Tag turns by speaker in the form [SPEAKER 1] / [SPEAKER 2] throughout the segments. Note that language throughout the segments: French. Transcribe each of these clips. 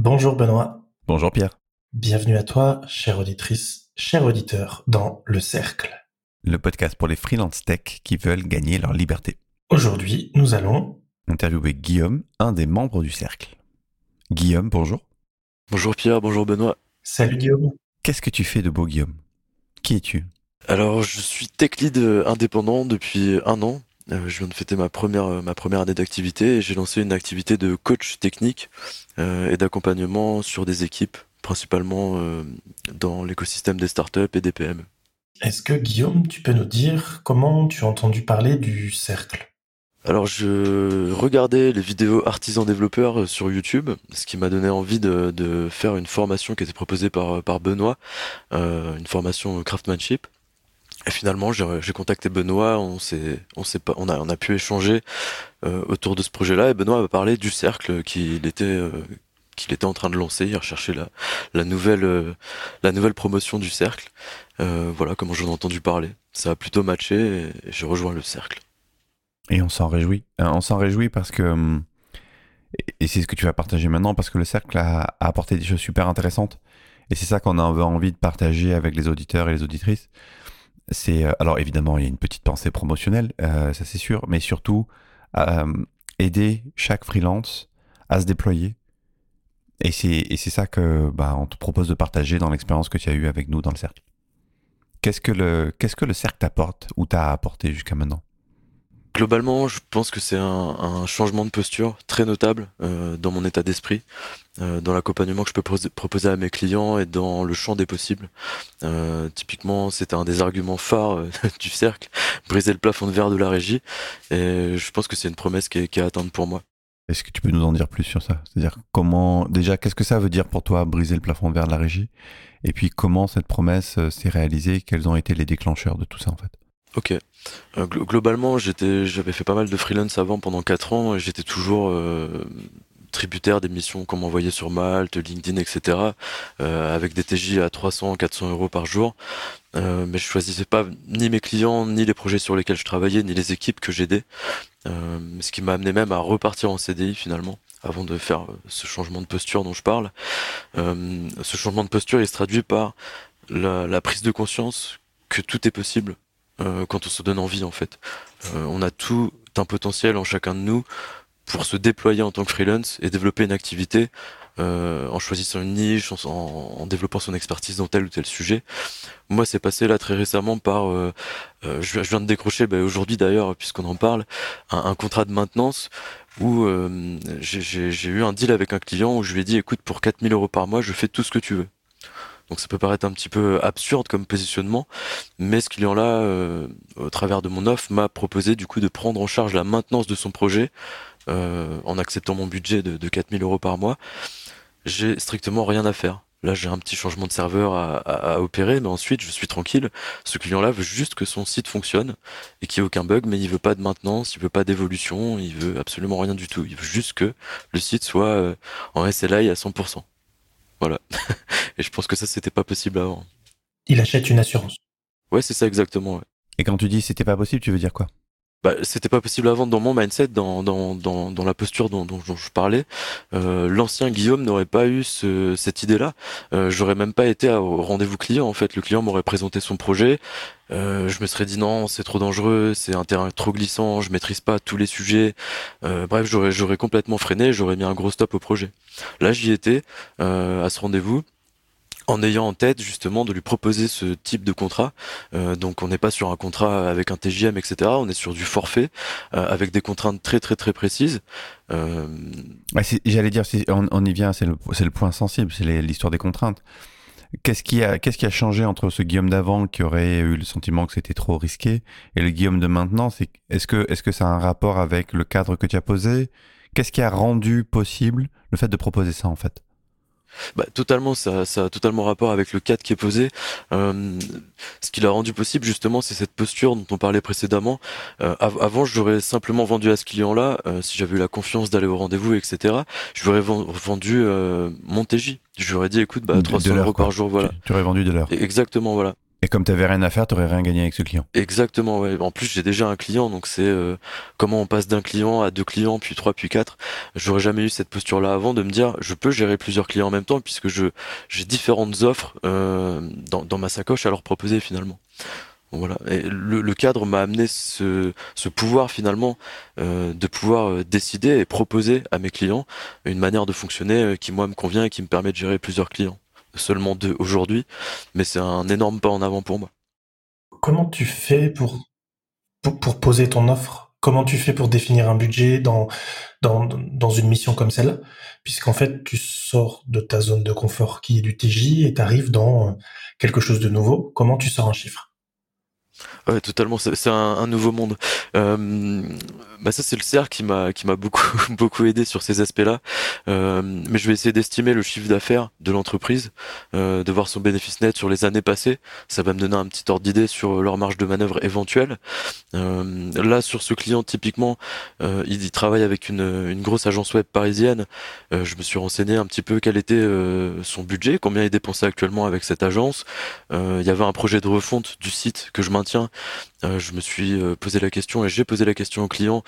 [SPEAKER 1] Bonjour Benoît,
[SPEAKER 2] Bonjour Pierre.
[SPEAKER 1] bienvenue à toi, chère auditrice, cher auditeur, dans Le Cercle.
[SPEAKER 2] Le podcast pour les freelance tech qui veulent gagner leur liberté.
[SPEAKER 1] Aujourd'hui, nous allons...
[SPEAKER 2] Interviewer Guillaume, un des membres du cercle. Guillaume, bonjour.
[SPEAKER 3] Bonjour Pierre, bonjour Benoît.
[SPEAKER 1] Salut Guillaume.
[SPEAKER 2] Qu'est-ce que tu fais de beau Guillaume? Qui es-tu?
[SPEAKER 3] Alors je suis tech lead indépendant depuis un an. Je viens de fêter ma première année d'activité et j'ai lancé une activité de coach technique et d'accompagnement sur des équipes, principalement dans l'écosystème des startups et des PME.
[SPEAKER 1] Est-ce que Guillaume, tu peux nous dire comment tu as entendu parler du Cercle?
[SPEAKER 3] Alors je regardais les vidéos artisans développeurs sur YouTube, ce qui m'a donné envie de faire une formation qui était proposée par Benoît, une formation craftsmanship. Et finalement, j'ai contacté Benoît, on a pu échanger autour de ce projet-là, et Benoît m'a parlé du cercle qu'il était en train de lancer. Il recherchait la nouvelle promotion du cercle. Voilà comment j'en ai entendu parler. Ça a plutôt matché et j'ai rejoint le cercle.
[SPEAKER 2] Et on s'en réjouit. On s'en réjouit parce que, et c'est ce que tu vas partager maintenant, parce que le cercle a apporté des choses super intéressantes. Et c'est ça qu'on a envie de partager avec les auditeurs et les auditrices. Alors évidemment, il y a une petite pensée promotionnelle, ça c'est sûr, mais surtout aider chaque freelance à se déployer. Et c'est ça que on te propose de partager dans l'expérience que tu as eue avec nous dans le cercle. Qu'est-ce que le cercle t'apporte ou t'a apporté jusqu'à maintenant?
[SPEAKER 3] Globalement, je pense que c'est un changement de posture très notable dans mon état d'esprit, dans l'accompagnement que je peux proposer à mes clients et dans le champ des possibles. Typiquement, c'était un des arguments phares du cercle, briser le plafond de verre de la régie, et je pense que c'est une promesse qui est atteinte pour moi.
[SPEAKER 2] Est-ce que tu peux nous en dire plus sur ça? C'est-à-dire qu'est-ce que ça veut dire pour toi, briser le plafond de verre de la régie? Et puis comment cette promesse s'est réalisée? Quels ont été les déclencheurs de tout ça en fait?
[SPEAKER 3] Ok. Globalement, j'avais fait pas mal de freelance avant pendant 4 ans et j'étais toujours tributaire des missions qu'on m'envoyait sur Malte, LinkedIn, etc. Avec des TJ à 300, 400 euros par jour. Mais je choisissais pas ni mes clients, ni les projets sur lesquels je travaillais, ni les équipes que j'aidais. Ce qui m'a amené même à repartir en CDI finalement, avant de faire ce changement de posture dont je parle. Ce changement de posture, il se traduit par la prise de conscience que tout est possible quand on se donne envie en fait. On a tout un potentiel en chacun de nous pour se déployer en tant que freelance et développer une activité en choisissant une niche, en développant son expertise dans tel ou tel sujet. Moi, c'est passé là très récemment par, je viens de décrocher, aujourd'hui d'ailleurs, puisqu'on en parle, un contrat de maintenance où j'ai eu un deal avec un client où je lui ai dit, écoute, pour 4 000 euros par mois, je fais tout ce que tu veux. Donc ça peut paraître un petit peu absurde comme positionnement, mais ce client-là, au travers de mon offre, m'a proposé du coup de prendre en charge la maintenance de son projet en acceptant mon budget de 4 000 euros par mois. J'ai strictement rien à faire. Là, j'ai un petit changement de serveur à opérer, mais ensuite, je suis tranquille. Ce client-là veut juste que son site fonctionne et qu'il n'y ait aucun bug, mais il veut pas de maintenance, il veut pas d'évolution, il veut absolument rien du tout. Il veut juste que le site soit en SLA à 100%. Voilà. Et je pense que ça, c'était pas possible avant.
[SPEAKER 1] Il achète une assurance.
[SPEAKER 3] Ouais, c'est ça exactement. Ouais.
[SPEAKER 2] Et quand tu dis c'était pas possible, tu veux dire quoi?
[SPEAKER 3] C'était pas possible avant dans mon mindset, dans la posture dont je parlais. L'ancien Guillaume n'aurait pas eu cette idée-là. J'aurais même pas été au rendez-vous client. En fait, le client m'aurait présenté son projet. Je me serais dit non, c'est trop dangereux, c'est un terrain trop glissant, je maîtrise pas tous les sujets. Bref, j'aurais complètement freiné, j'aurais mis un gros stop au projet. Là, j'y étais à ce rendez-vous, en ayant en tête justement de lui proposer ce type de contrat. Donc on n'est pas sur un contrat avec un TJM, etc. On est sur du forfait avec des contraintes très très très précises.
[SPEAKER 2] J'allais dire, on y vient, c'est le point sensible, c'est l'histoire des contraintes. Qu'est-ce qui a changé entre ce Guillaume d'avant qui aurait eu le sentiment que c'était trop risqué et le Guillaume de maintenant? Est-ce que ça a un rapport avec le cadre que tu as posé? Qu'est-ce qui a rendu possible le fait de proposer ça en fait?
[SPEAKER 3] Totalement, ça a totalement rapport avec le cadre qui est posé. Ce qui l'a rendu possible, justement, c'est cette posture dont on parlait précédemment. Avant, j'aurais simplement vendu à ce client-là, si j'avais eu la confiance d'aller au rendez-vous, etc. Je lui aurais vendu mon TJ. Je lui aurais dit, écoute, 300 euros
[SPEAKER 2] quoi.
[SPEAKER 3] par jour, voilà.
[SPEAKER 2] Tu aurais vendu de l'heure.
[SPEAKER 3] Exactement, voilà.
[SPEAKER 2] Et comme tu n'avais rien à faire, tu n'aurais rien gagné avec ce client.
[SPEAKER 3] Exactement, ouais. En plus, j'ai déjà un client, donc c'est comment on passe d'un client à deux clients, puis trois, puis quatre. J'aurais jamais eu cette posture-là avant de me dire, je peux gérer plusieurs clients en même temps, puisque j'ai différentes offres dans ma sacoche à leur proposer finalement. Voilà. Et le cadre m'a amené ce pouvoir finalement de pouvoir décider et proposer à mes clients une manière de fonctionner qui moi me convient et qui me permet de gérer plusieurs clients. Seulement deux aujourd'hui, mais c'est un énorme pas en avant pour moi.
[SPEAKER 1] Comment tu fais pour poser ton offre? Comment tu fais pour définir un budget dans une mission comme celle-là? Puisqu'en fait, tu sors de ta zone de confort qui est du TJ et tu arrives dans quelque chose de nouveau. Comment tu sors un chiffre?
[SPEAKER 3] Ouais, totalement. C'est un nouveau monde. Euh, Bah ça, c'est le CERF qui m'a beaucoup beaucoup aidé sur ces aspects-là. Mais je vais essayer d'estimer le chiffre d'affaires de l'entreprise, de voir son bénéfice net sur les années passées. Ça va me donner un petit ordre d'idée sur leur marge de manœuvre éventuelle. Là, sur ce client, typiquement, il travaille avec une grosse agence web parisienne. Je me suis renseigné un petit peu quel était son budget, combien il dépensait actuellement avec cette agence. Il y avait un projet de refonte du site que je maintiens. Je me suis posé la question et j'ai posé la question au client.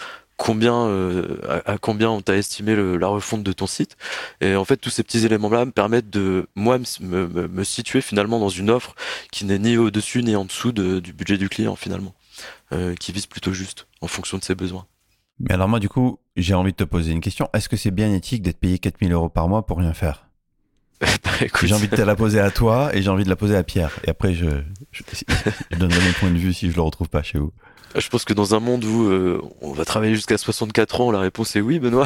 [SPEAKER 3] À combien on t'a estimé la refonte de ton site? Et en fait, tous ces petits éléments-là me permettent de, moi, me situer finalement dans une offre qui n'est ni au-dessus ni en dessous du budget du client finalement, qui vise plutôt juste en fonction de ses besoins.
[SPEAKER 2] Mais alors moi, du coup, j'ai envie de te poser une question. Est-ce que c'est bien éthique d'être payé 4 000 € par mois pour rien faire?
[SPEAKER 3] Bah, écoute,
[SPEAKER 2] J'ai envie de te la poser à toi et j'ai envie de la poser à Pierre. Et après, je donnerai mon point de vue si je le retrouve pas chez vous.
[SPEAKER 3] je pense que dans un monde où on va travailler jusqu'à 64 ans, la réponse est oui, Benoît.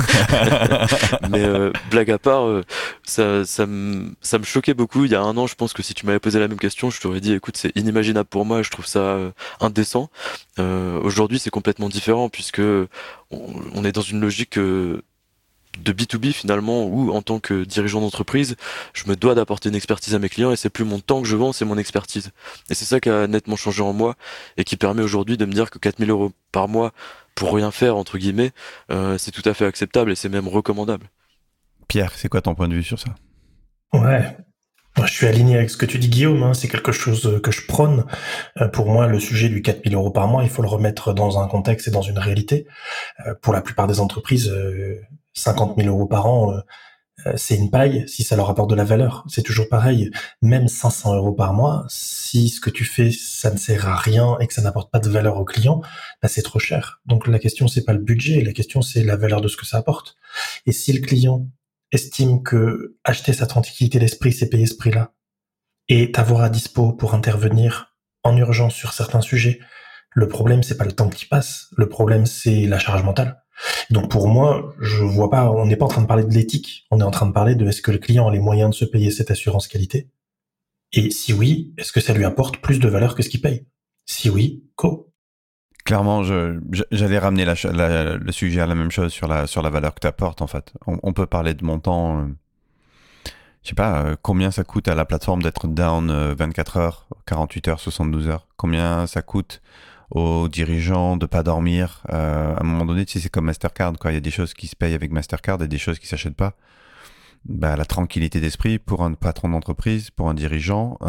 [SPEAKER 3] Mais blague à part, ça me choquait beaucoup. Il y a un an, je pense que si tu m'avais posé la même question, je t'aurais dit, écoute, c'est inimaginable pour moi, je trouve ça indécent. Aujourd'hui, c'est complètement différent puisque on est dans une logique de B2B finalement, où en tant que dirigeant d'entreprise, je me dois d'apporter une expertise à mes clients et c'est plus mon temps que je vends, c'est mon expertise. Et c'est ça qui a nettement changé en moi et qui permet aujourd'hui de me dire que 4 000 € par mois pour rien faire, entre guillemets, c'est tout à fait acceptable et c'est même recommandable.
[SPEAKER 2] Pierre, c'est quoi ton point de vue sur ça?
[SPEAKER 1] Ouais. Moi, je suis aligné avec ce que tu dis, Guillaume, hein. C'est quelque chose que je prône. Pour moi, le sujet du 4 000 € par mois, il faut le remettre dans un contexte et dans une réalité. Pour la plupart des entreprises, 50 000 € par an, c'est une paille si ça leur apporte de la valeur. C'est toujours pareil. Même 500 € par mois, si ce que tu fais, ça ne sert à rien et que ça n'apporte pas de valeur au client, bah, c'est trop cher. Donc la question, c'est pas le budget, la question, c'est la valeur de ce que ça apporte. Et si le client estime que acheter sa tranquillité d'esprit, c'est payer ce prix-là, et t'avoir à dispo pour intervenir en urgence sur certains sujets, le problème, c'est pas le temps qui passe. Le problème, c'est la charge mentale. Donc pour moi, je vois pas, on n'est pas en train de parler de l'éthique, on est en train de parler de est-ce que le client a les moyens de se payer cette assurance qualité? Et si oui, est-ce que ça lui apporte plus de valeur que ce qu'il paye? Si oui, go.
[SPEAKER 2] Clairement, j'allais ramener le sujet à la même chose sur la valeur que tu apportes, en fait. On peut parler de montant, je sais pas, combien ça coûte à la plateforme d'être down 24 heures, 48 heures, 72 heures. Combien ça coûte aux dirigeants de pas dormir. À un moment donné, tu sais, c'est comme Mastercard, quoi. Il y a des choses qui se payent avec Mastercard et des choses qui s'achètent pas. Bah, la tranquillité d'esprit pour un patron d'entreprise, pour un dirigeant,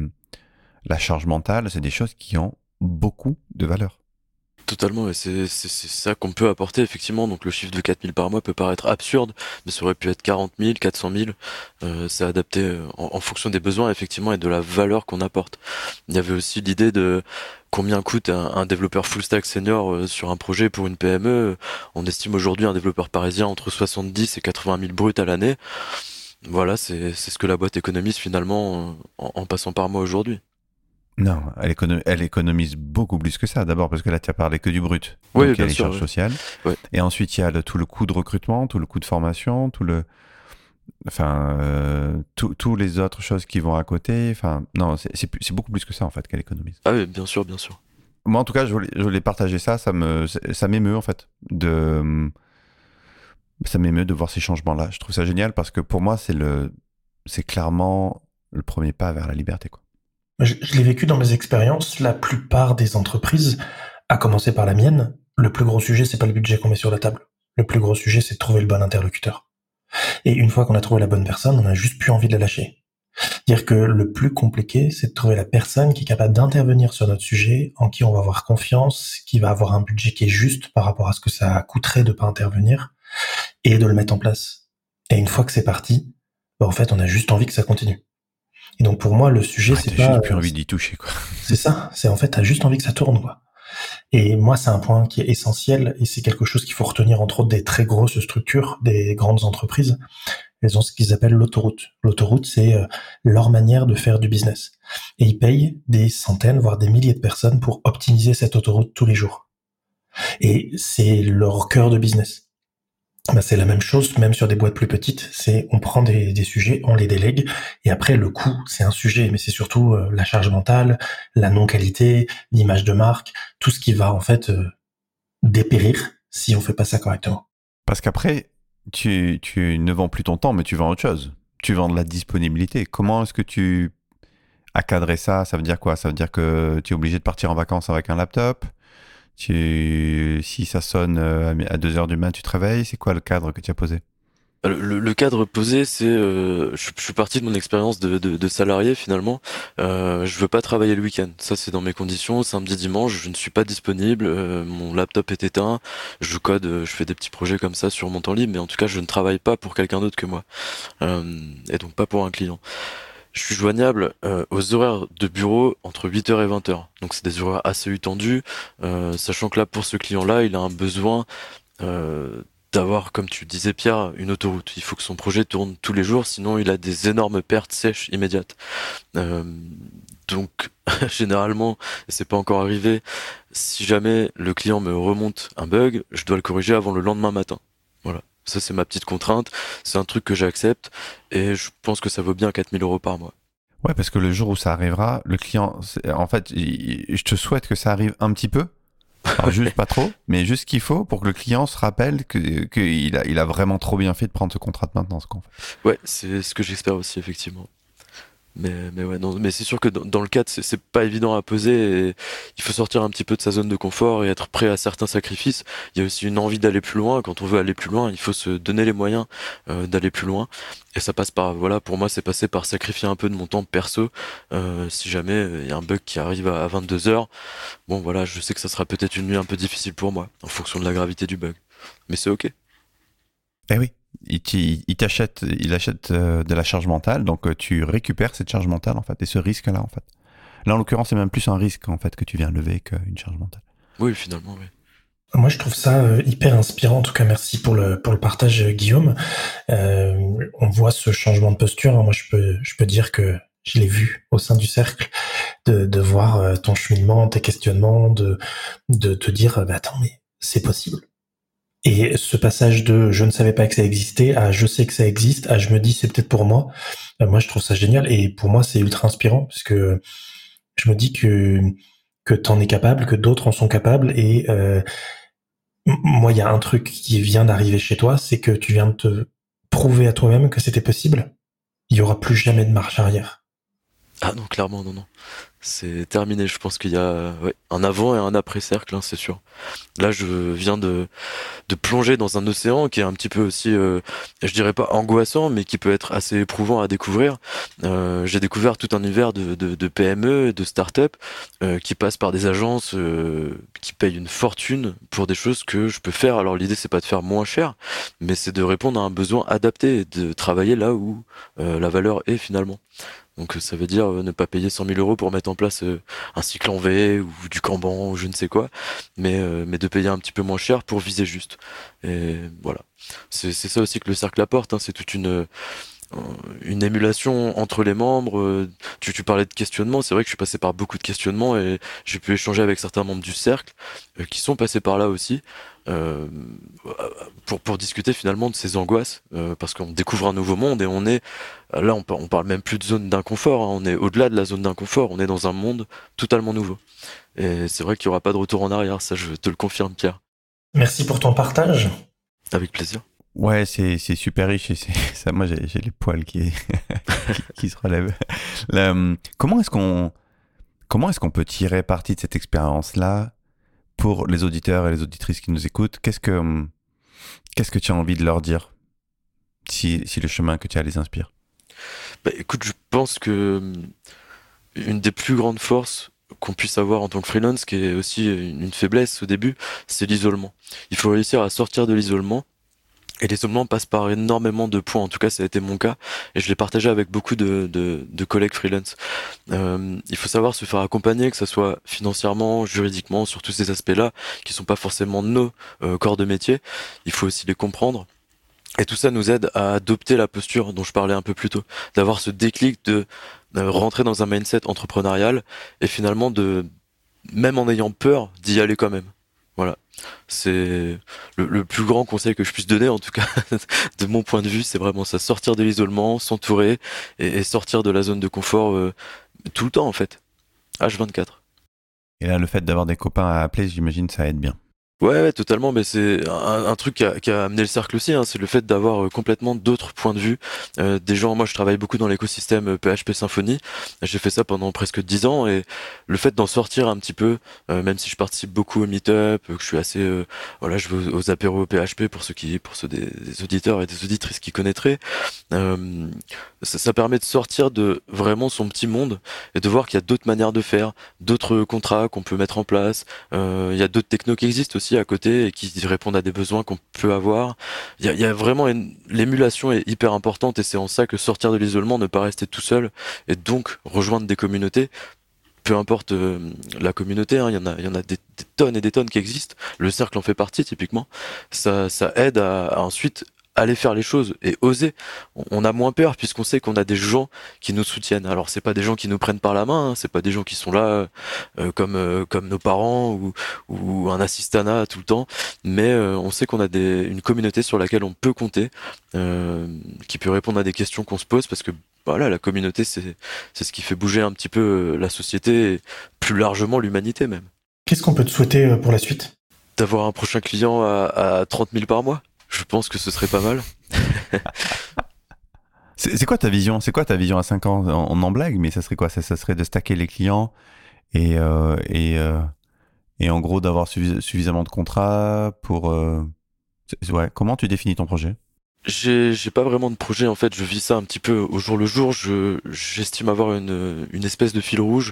[SPEAKER 2] la charge mentale, c'est des choses qui ont beaucoup de valeur.
[SPEAKER 3] Totalement, et c'est ça qu'on peut apporter effectivement. Donc le chiffre de 4 000 par mois peut paraître absurde, mais ça aurait pu être 40 000, 400 000. C'est adapté en fonction des besoins effectivement et de la valeur qu'on apporte. Il y avait aussi l'idée de combien coûte un développeur full stack senior sur un projet pour une PME. On estime aujourd'hui un développeur parisien entre 70 et 80 000 bruts à l'année. Voilà, c'est ce que la boîte économise finalement en passant par mois aujourd'hui.
[SPEAKER 2] Non, elle économise beaucoup plus que ça. D'abord parce que là, tu as parlé que du brut.
[SPEAKER 3] Oui,
[SPEAKER 2] Donc, il y a
[SPEAKER 3] bien
[SPEAKER 2] les
[SPEAKER 3] sûr.
[SPEAKER 2] charges
[SPEAKER 3] Ouais.
[SPEAKER 2] sociales.
[SPEAKER 3] Ouais.
[SPEAKER 2] Et ensuite, il y a tout le coût de recrutement, tout le coût de formation, tous les autres choses qui vont à côté. Enfin, non, c'est beaucoup plus que ça, en fait, qu'elle économise.
[SPEAKER 3] Ah oui, bien sûr, bien sûr.
[SPEAKER 2] Moi, en tout cas, je voulais partager ça. Ça m'émeut, en fait, ça m'émeut de voir ces changements-là. Je trouve ça génial parce que pour moi, c'est clairement le premier pas vers la liberté, quoi.
[SPEAKER 1] Je l'ai vécu dans mes expériences. La plupart des entreprises, à commencer par la mienne, le plus gros sujet, c'est pas le budget qu'on met sur la table. Le plus gros sujet, c'est de trouver le bon interlocuteur. Et une fois qu'on a trouvé la bonne personne, on n'a juste plus envie de la lâcher. Dire que le plus compliqué, c'est de trouver la personne qui est capable d'intervenir sur notre sujet, en qui on va avoir confiance, qui va avoir un budget qui est juste par rapport à ce que ça coûterait de pas intervenir, et de le mettre en place. Et une fois que c'est parti, en fait, on a juste envie que ça continue. Et donc pour moi, le sujet, c'est
[SPEAKER 2] t'as
[SPEAKER 1] pas...
[SPEAKER 2] juste plus envie d'y toucher, quoi.
[SPEAKER 1] C'est ça, c'est en fait, t'as juste envie que ça tourne, quoi. Et moi, c'est un point qui est essentiel, et c'est quelque chose qu'il faut retenir, entre autres, des très grosses structures, des grandes entreprises. Elles ont ce qu'ils appellent l'autoroute. L'autoroute, c'est leur manière de faire du business. Et ils payent des centaines, voire des milliers de personnes pour optimiser cette autoroute tous les jours. Et c'est leur cœur de business. Ben, c'est la même chose, même sur des boîtes plus petites. C'est on prend des sujets, on les délègue, et après le coût, c'est un sujet, mais c'est surtout la charge mentale, la non-qualité, l'image de marque, tout ce qui va en fait dépérir si on fait pas ça correctement.
[SPEAKER 2] Parce qu'après, tu ne vends plus ton temps, mais tu vends autre chose. Tu vends de la disponibilité. Comment est-ce que tu as cadré ça? Ça veut dire quoi? Ça veut dire que tu es obligé de partir en vacances avec un laptop? Si ça sonne à 2 heures du matin, tu te réveilles? C'est quoi le cadre que tu as posé?
[SPEAKER 3] Le cadre posé, c'est, je suis parti de mon expérience de salarié finalement. Je veux pas travailler le week-end. Ça, c'est dans mes conditions. Samedi, dimanche, je ne suis pas disponible. Mon laptop est éteint. Je code, je fais des petits projets comme ça sur mon temps libre. Mais en tout cas, je ne travaille pas pour quelqu'un d'autre que moi. Et donc pas pour un client. Je suis joignable aux horaires de bureau entre 8h et 20h. Donc c'est des horaires assez tendus. Sachant que là, pour ce client-là, il a un besoin... d'avoir, comme tu disais Pierre, une autoroute. Il faut que son projet tourne tous les jours, sinon il a des énormes pertes sèches immédiates. Euh, donc, généralement, et c'est pas encore arrivé, si jamais le client me remonte un bug, je dois le corriger avant le lendemain matin. Voilà. Ça, c'est ma petite contrainte. C'est un truc que j'accepte et je pense que ça vaut bien 4 000 € par mois.
[SPEAKER 2] Ouais, parce que le jour où ça arrivera, le client, en fait, je te souhaite que ça arrive un petit peu. Alors juste pas trop, mais juste ce qu'il faut pour que le client se rappelle qu'il a vraiment trop bien fait de prendre ce contrat de maintenance, quoi, en fait.
[SPEAKER 3] Ouais, c'est ce que j'espère aussi, effectivement. Mais ouais, non, mais c'est sûr que dans le cadre, c'est pas évident à poser et il faut sortir un petit peu de sa zone de confort et être prêt à certains sacrifices. Il y a aussi une envie d'aller plus loin. Quand on veut aller plus loin, il faut se donner les moyens d'aller plus loin. Et ça passe par, voilà, pour moi, c'est passé par sacrifier un peu de mon temps perso. Si jamais il y a un bug qui arrive à 22h, bon, voilà, je sais que ça sera peut-être une nuit un peu difficile pour moi, en fonction de la gravité du bug. Mais c'est ok.
[SPEAKER 2] Eh oui, il achète de la charge mentale, donc tu récupères cette charge mentale, en fait, et ce risque-là, en fait. Là, en l'occurrence, c'est même plus un risque, en fait, que tu viens lever qu'une charge mentale.
[SPEAKER 3] Oui, finalement, oui.
[SPEAKER 1] Moi, je trouve ça hyper inspirant. En tout cas, merci pour le partage, Guillaume. On voit ce changement de posture. Moi, je peux dire que je l'ai vu au sein du cercle, de voir ton cheminement, tes questionnements, de te dire, bah, attends, mais c'est possible. Et ce passage de je ne savais pas que ça existait à je sais que ça existe à je me dis c'est peut-être pour moi, moi je trouve ça génial et pour moi c'est ultra inspirant parce que je me dis que t'en es capable, que d'autres en sont capables et moi il y a un truc qui vient d'arriver chez toi, c'est que tu viens de te prouver à toi-même que c'était possible. Il y aura plus jamais de marche arrière.
[SPEAKER 3] Ah non, clairement, non, non. C'est terminé. Je pense qu'il y a ouais, un avant et un après cercle, hein, c'est sûr. Là, je viens de plonger dans un océan qui est un petit peu aussi, je dirais pas angoissant, mais qui peut être assez éprouvant à découvrir. J'ai découvert tout un univers de PME et de start-up qui passent par des agences qui payent une fortune pour des choses que je peux faire. Alors l'idée, c'est pas de faire moins cher, mais c'est de répondre à un besoin adapté et de travailler là où la valeur est finalement. Donc ça veut dire ne pas payer 100 000 € pour mettre en place un cycle en V ou du Kanban ou je ne sais quoi, mais de payer un petit peu moins cher pour viser juste. Et voilà. C'est ça aussi que le cercle apporte, hein, c'est toute une émulation entre les membres. Tu parlais de questionnement, c'est vrai que je suis passé par beaucoup de questionnements et j'ai pu échanger avec certains membres du cercle qui sont passés par là aussi euh, pour discuter finalement de ces angoisses parce qu'on découvre un nouveau monde et on est là on parle même plus de zone d'inconfort, hein, on est au-delà de la zone d'inconfort, on est dans un monde totalement nouveau et c'est vrai qu'il n'y aura pas de retour en arrière, ça je te le confirme Pierre.
[SPEAKER 1] Merci pour ton partage.
[SPEAKER 3] Avec plaisir.
[SPEAKER 2] Ouais, c'est super riche et ça, moi j'ai les poils qui se relèvent. Comment est-ce qu'on peut tirer parti de cette expérience-là pour les auditeurs et les auditrices qui nous écoutent? Qu'est-ce que tu as envie de leur dire si le chemin que tu as les inspire?
[SPEAKER 3] Bah, écoute, je pense que une des plus grandes forces qu'on puisse avoir en tant que freelance, qui est aussi une faiblesse au début, c'est l'isolement. Il faut réussir à sortir de l'isolement. Et l'isolement passe par énormément de points. En tout cas, ça a été mon cas. Et je l'ai partagé avec beaucoup de collègues freelance. Il faut savoir se faire accompagner, que ce soit financièrement, juridiquement, sur tous ces aspects-là, qui sont pas forcément nos corps de métier. Il faut aussi les comprendre. Et tout ça nous aide à adopter la posture dont je parlais un peu plus tôt, d'avoir ce déclic de rentrer dans un mindset entrepreneurial et finalement même en ayant peur, d'y aller quand même. Voilà. C'est le plus grand conseil que je puisse donner, en tout cas, de mon point de vue, c'est vraiment ça, sortir de l'isolement, s'entourer et sortir de la zone de confort tout le temps, en fait. H24.
[SPEAKER 2] Et là, le fait d'avoir des copains à appeler, j'imagine, ça aide bien.
[SPEAKER 3] Ouais, totalement, mais c'est un truc qui a amené le cercle aussi, hein, c'est le fait d'avoir complètement d'autres points de vue. Des gens, moi je travaille beaucoup dans l'écosystème PHP Symfony, j'ai fait ça pendant presque 10 ans, et le fait d'en sortir un petit peu, même si je participe beaucoup au meet-up, que je suis assez, voilà, je vais aux apéros PHP pour ceux des auditeurs et des auditrices qui connaîtraient, ça permet de sortir de vraiment son petit monde, et de voir qu'il y a d'autres manières de faire, d'autres contrats qu'on peut mettre en place, il y a d'autres technos qui existent aussi à côté et qui répondent à des besoins qu'on peut avoir. Il y a vraiment l'émulation est hyper importante, et c'est en ça que sortir de l'isolement, ne pas rester tout seul et donc rejoindre des communautés. Peu importe la communauté, hein, il y en a des tonnes et des tonnes qui existent. Le cercle en fait partie typiquement. Ça aide à ensuite aller faire les choses et oser. On a moins peur puisqu'on sait qu'on a des gens qui nous soutiennent. Alors c'est pas des gens qui nous prennent par la main, hein, c'est pas des gens qui sont là comme nos parents ou un assistanat tout le temps, mais on sait qu'on a une communauté sur laquelle on peut compter, qui peut répondre à des questions qu'on se pose, parce que voilà, la communauté, c'est ce qui fait bouger un petit peu la société et plus largement l'humanité même.
[SPEAKER 1] Qu'est-ce qu'on peut te souhaiter pour la suite?
[SPEAKER 3] D'avoir un prochain client à 30 000 par mois, je pense que ce serait pas mal.
[SPEAKER 2] C'est quoi ta vision? C'est quoi ta vision à 5 ans? On en blague, mais ça serait quoi? Ça serait de stacker les clients et, et en gros d'avoir suffisamment de contrats pour... Ouais. Comment tu définis ton projet?
[SPEAKER 3] J'ai pas vraiment de projet, en fait, je vis ça un petit peu au jour le jour. J'estime avoir une espèce de fil rouge.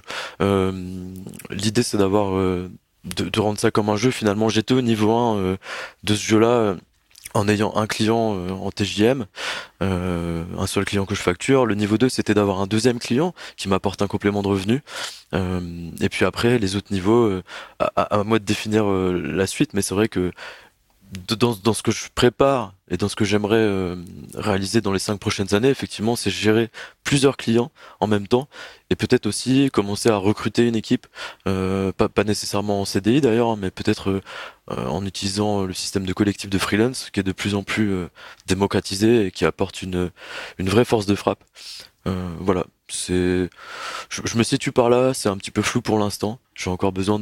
[SPEAKER 3] L'idée c'est de rendre ça comme un jeu. Finalement, j'étais au niveau 1 de ce jeu-là, en ayant un client en TJM, un seul client que je facture. Le niveau 2, c'était d'avoir un deuxième client qui m'apporte un complément de revenu. Et puis après, les autres niveaux, à moi de définir la suite, mais c'est vrai que dans ce que je prépare et dans ce que j'aimerais réaliser dans les 5 prochaines années, effectivement, c'est gérer plusieurs clients en même temps, et peut-être aussi commencer à recruter une équipe, pas nécessairement en CDI d'ailleurs, hein, mais peut-être en utilisant le système de collectif de freelance qui est de plus en plus démocratisé et qui apporte une vraie force de frappe. Voilà, je me situe par là, c'est un petit peu flou pour l'instant. J'ai encore besoin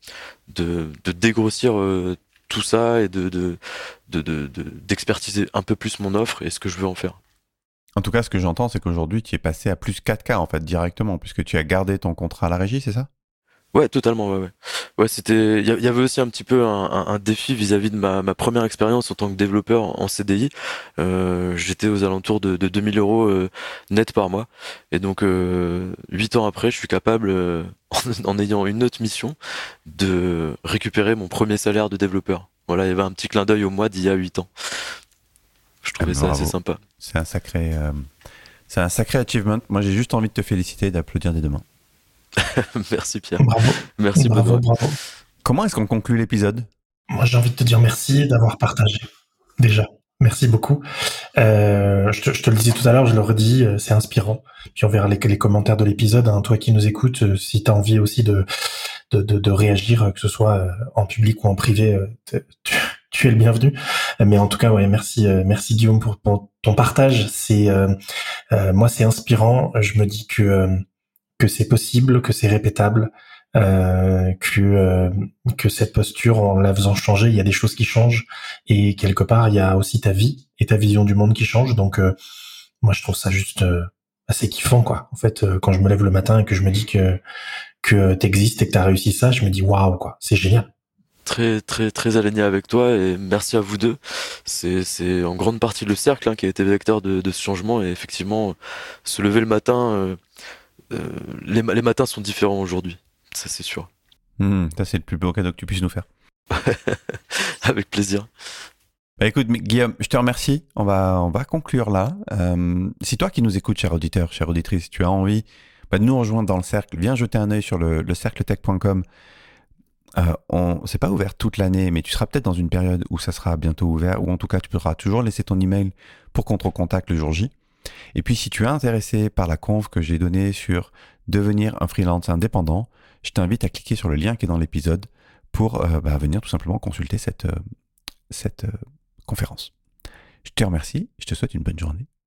[SPEAKER 3] de dégrossir tout ça et d'expertiser un peu plus mon offre et ce que je veux en faire.
[SPEAKER 2] En tout cas, ce que j'entends, c'est qu'aujourd'hui, tu es passé à plus 4K en fait, directement, puisque tu as gardé ton contrat à la régie, c'est ça?
[SPEAKER 3] Ouais, totalement, ouais. Ouais, il y avait aussi un petit peu un défi vis-à-vis de ma première expérience en tant que développeur en CDI. J'étais aux alentours de 2000 euros net par mois. Et donc, 8 ans après, je suis capable, en ayant une autre mission, de récupérer mon premier salaire de développeur. Voilà, il y avait un petit clin d'œil au mois d'il y a 8 ans. Je trouvais ça assez sympa.
[SPEAKER 2] C'est un sacré achievement. Moi, j'ai juste envie de te féliciter et d'applaudir des deux mains.
[SPEAKER 3] Merci Pierre.
[SPEAKER 1] Bravo.
[SPEAKER 3] Merci
[SPEAKER 1] Bravo,
[SPEAKER 3] Benoît.
[SPEAKER 1] bravo.
[SPEAKER 2] Comment est-ce qu'on conclut l'épisode?
[SPEAKER 1] Moi, j'ai envie de te dire merci d'avoir partagé. Déjà, merci beaucoup. Je te le disais tout à l'heure, je le redis, c'est inspirant. Puis on verra les commentaires de l'épisode. Hein. Toi qui nous écoutes, si tu as envie aussi de réagir, que ce soit en public ou en privé, tu es le bienvenu. Mais en tout cas, ouais, merci Guillaume pour ton partage. Moi, c'est inspirant. Je me dis que c'est possible, que c'est répétable, que cette posture, en la faisant changer, il y a des choses qui changent, et quelque part, il y a aussi ta vie et ta vision du monde qui change. Donc, moi, je trouve ça juste assez kiffant, quoi. En fait, quand je me lève le matin et que je me dis que t'existes et que t'as réussi ça, je me dis waouh, quoi, c'est génial.
[SPEAKER 3] très très très aligné avec toi et merci à vous deux. C'est en grande partie le cercle qui a été vecteur de ce changement et effectivement se lever le matin, euh, les matins sont différents aujourd'hui, ça c'est sûr.
[SPEAKER 2] Ça, c'est le plus beau cadeau que tu puisses nous faire.
[SPEAKER 3] Avec plaisir.
[SPEAKER 2] Bah écoute, Guillaume, je te remercie. On va conclure là. Si toi qui nous écoutes, cher auditeur, chère auditrice, tu as envie de nous rejoindre dans le cercle, viens jeter un œil sur le cercletech.com. C'est pas ouvert toute l'année, mais tu seras peut-être dans une période où ça sera bientôt ouvert, ou en tout cas tu pourras toujours laisser ton email pour qu'on te recontacte le jour J. Et puis si tu es intéressé par la conf que j'ai donnée sur devenir un freelance indépendant, je t'invite à cliquer sur le lien qui est dans l'épisode pour venir tout simplement consulter cette conférence. Je te remercie, je te souhaite une bonne journée